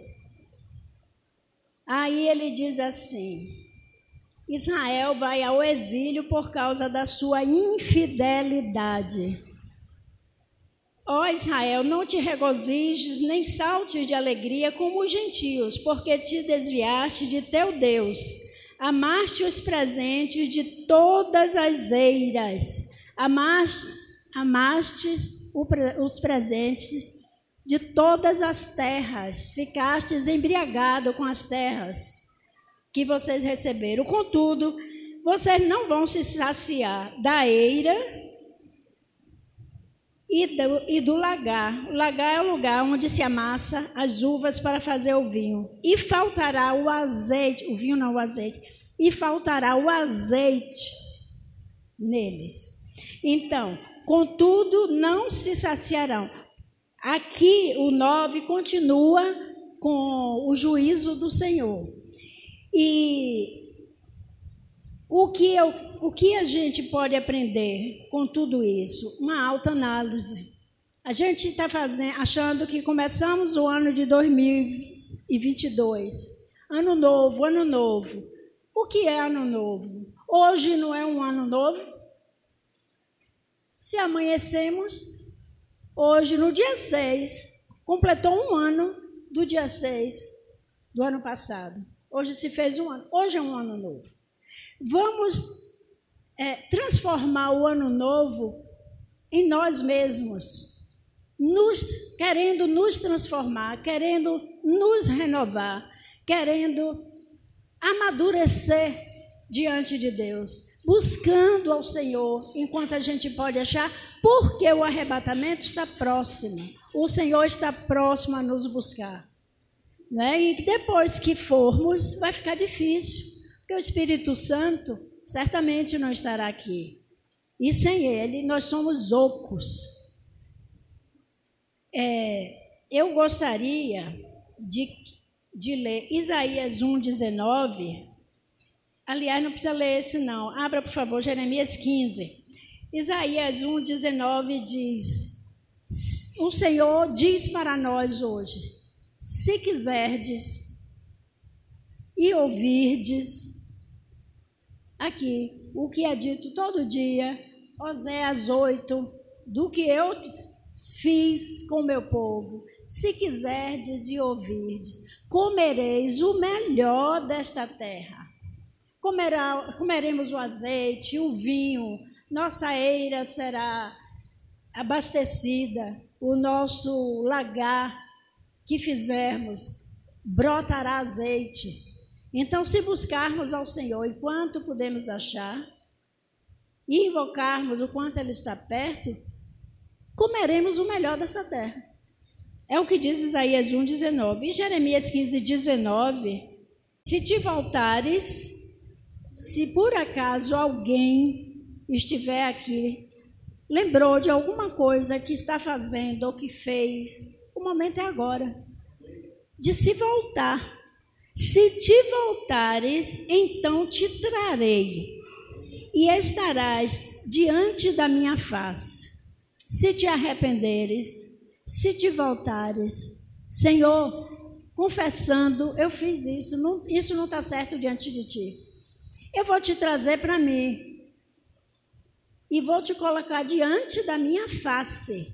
Aí ele diz assim, Israel vai ao exílio por causa da sua infidelidade. Ó Israel, não te regozijes, nem saltes de alegria como os gentios, porque te desviaste de teu Deus, amaste os presentes de todas as eiras, amaste, amaste os presentes de todas as terras, ficastes embriagado com as terras que vocês receberam. Contudo, vocês não vão se saciar da eira e do, e do lagar. O lagar é o lugar onde se amassa as uvas para fazer o vinho. E faltará o azeite, o vinho não, o azeite, e faltará o azeite neles. Então, contudo, não se saciarão. Aqui, o nove continua com o juízo do Senhor. E o que, eu, o que a gente pode aprender com tudo isso? Uma alta análise. A gente está achando que começamos o ano de dois mil e vinte e dois. Ano novo, ano novo. O que é ano novo? Hoje não é um ano novo? Se amanhecemos, hoje, no dia seis, completou um ano do dia seis do ano passado. Hoje se fez um ano. Hoje é um ano novo. Vamos é, transformar o ano novo em nós mesmos, nos, querendo nos transformar, querendo nos renovar, querendo amadurecer diante de Deus. buscando ao Senhor enquanto a gente pode achar, porque o arrebatamento está próximo. O Senhor está próximo a nos buscar. Né? E depois que formos, vai ficar difícil, porque o Espírito Santo certamente não estará aqui. E sem ele, nós somos ocos. É, eu gostaria de, de ler Isaías um, dezenove. Aliás, não precisa ler esse não. Abra, por favor, Jeremias quinze. Isaías um, dezenove diz: o Senhor diz para nós hoje: se quiserdes e ouvirdes, aqui, o que é dito todo dia, Oséias oito, do que eu fiz com o meu povo, se quiserdes e ouvirdes, comereis o melhor desta terra. Comerá, comeremos o azeite, o vinho, nossa eira será abastecida, o nosso lagar que fizermos brotará azeite. Então, se buscarmos ao Senhor enquanto podemos achar e invocarmos o quanto Ele está perto, comeremos o melhor dessa terra. É o que diz Isaías um, dezenove. E Jeremias quinze, dezenove, se te voltares, se por acaso alguém estiver aqui, lembrou de alguma coisa que está fazendo ou que fez, o momento é agora, de se voltar. Se te voltares, então te trarei e estarás diante da minha face. Se te arrependeres, se te voltares, Senhor, confessando, eu fiz isso, não, isso não está certo diante de ti. Eu vou te trazer para mim e vou te colocar diante da minha face.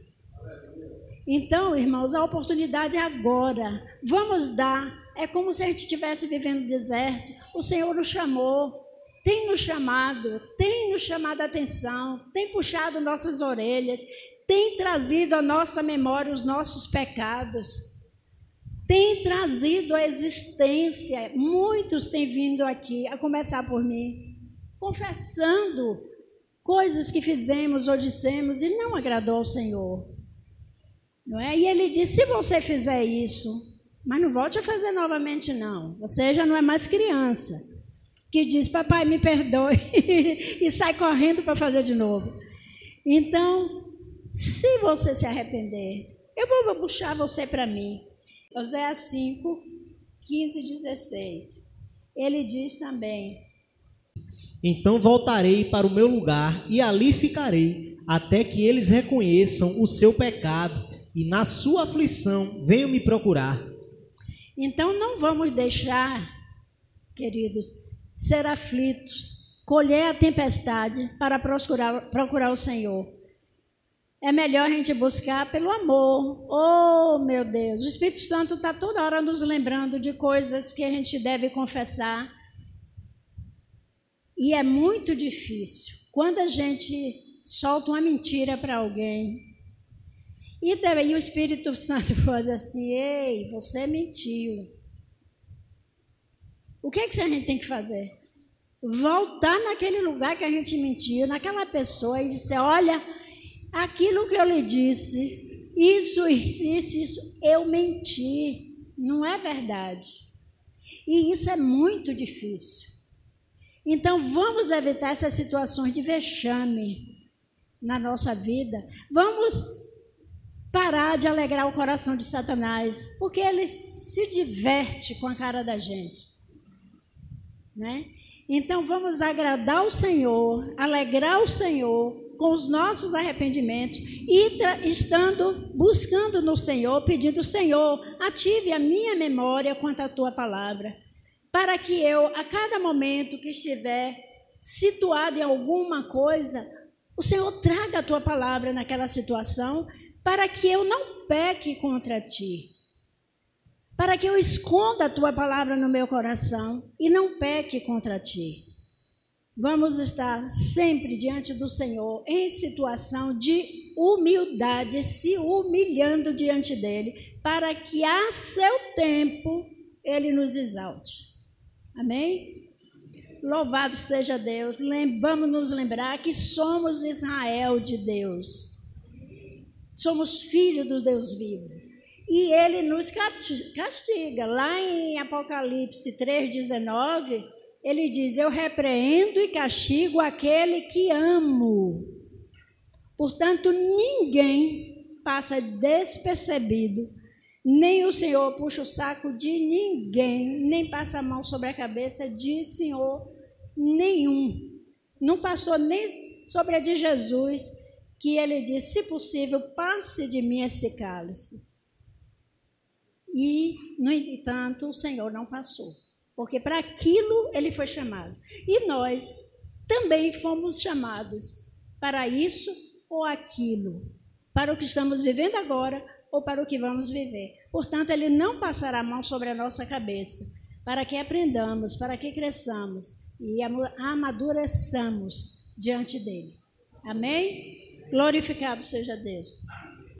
Então, irmãos, a oportunidade é agora. Vamos dar. É como se a gente estivesse vivendo no deserto. O Senhor nos chamou, tem nos chamado, tem nos chamado a atenção, tem puxado nossas orelhas, tem trazido à nossa memória os nossos pecados, tem trazido à existência. Muitos têm vindo aqui, a começar por mim, confessando coisas que fizemos ou dissemos e não agradou ao Senhor. Não é? E ele diz, se você fizer isso, mas não volte a fazer novamente não, você já não é mais criança, que diz, papai me perdoe, e sai correndo para fazer de novo. Então, se você se arrepender, eu vou puxar você para mim. Oséias cinco, quinze, dezesseis, ele diz também, então voltarei para o meu lugar e ali ficarei, até que eles reconheçam o seu pecado e na sua aflição venham me procurar. Então não vamos deixar, queridos, ser aflitos, colher a tempestade para procurar, procurar o Senhor. É melhor a gente buscar pelo amor. Oh, meu Deus, o Espírito Santo está toda hora nos lembrando de coisas que a gente deve confessar. E é muito difícil quando a gente solta uma mentira para alguém. E daí o Espírito Santo fala assim, ei, você mentiu. O que é que a gente tem que fazer? Voltar naquele lugar que a gente mentiu, naquela pessoa e dizer, olha, aquilo que eu lhe disse, isso, isso, isso, isso, eu menti, não é verdade. E isso é muito difícil. Então, vamos evitar essas situações de vexame na nossa vida. Vamos parar de alegrar o coração de Satanás, porque ele se diverte com a cara da gente, né? Então, vamos agradar o Senhor, alegrar o Senhor com os nossos arrependimentos e estando buscando no Senhor, pedindo, Senhor, ative a minha memória quanto à tua palavra, para que eu, a cada momento que estiver situado em alguma coisa, o Senhor traga a tua palavra naquela situação, para que eu não peque contra ti, para que eu esconda a tua palavra no meu coração e não peque contra ti. Vamos estar sempre diante do Senhor em situação de humildade, se humilhando diante dele, para que a seu tempo ele nos exalte. Amém? Louvado seja Deus. Vamos nos lembrar que somos Israel de Deus. Somos filhos do Deus vivo. E Ele nos castiga. Lá em Apocalipse três, dezenove, Ele diz: eu repreendo e castigo aquele que amo. Portanto, ninguém passa despercebido, nem o Senhor puxa o saco de ninguém, nem passa a mão sobre a cabeça de Senhor nenhum. Não passou nem sobre a de Jesus, que Ele disse: se possível, passe de mim esse cálice. E, no entanto, o Senhor não passou, porque para aquilo Ele foi chamado. E nós também fomos chamados para isso ou aquilo, para o que estamos vivendo agora ou para o que vamos viver. Portanto, Ele não passará a mão sobre a nossa cabeça, para que aprendamos, para que cresçamos e amadureçamos diante dEle. Amém? Glorificado seja Deus.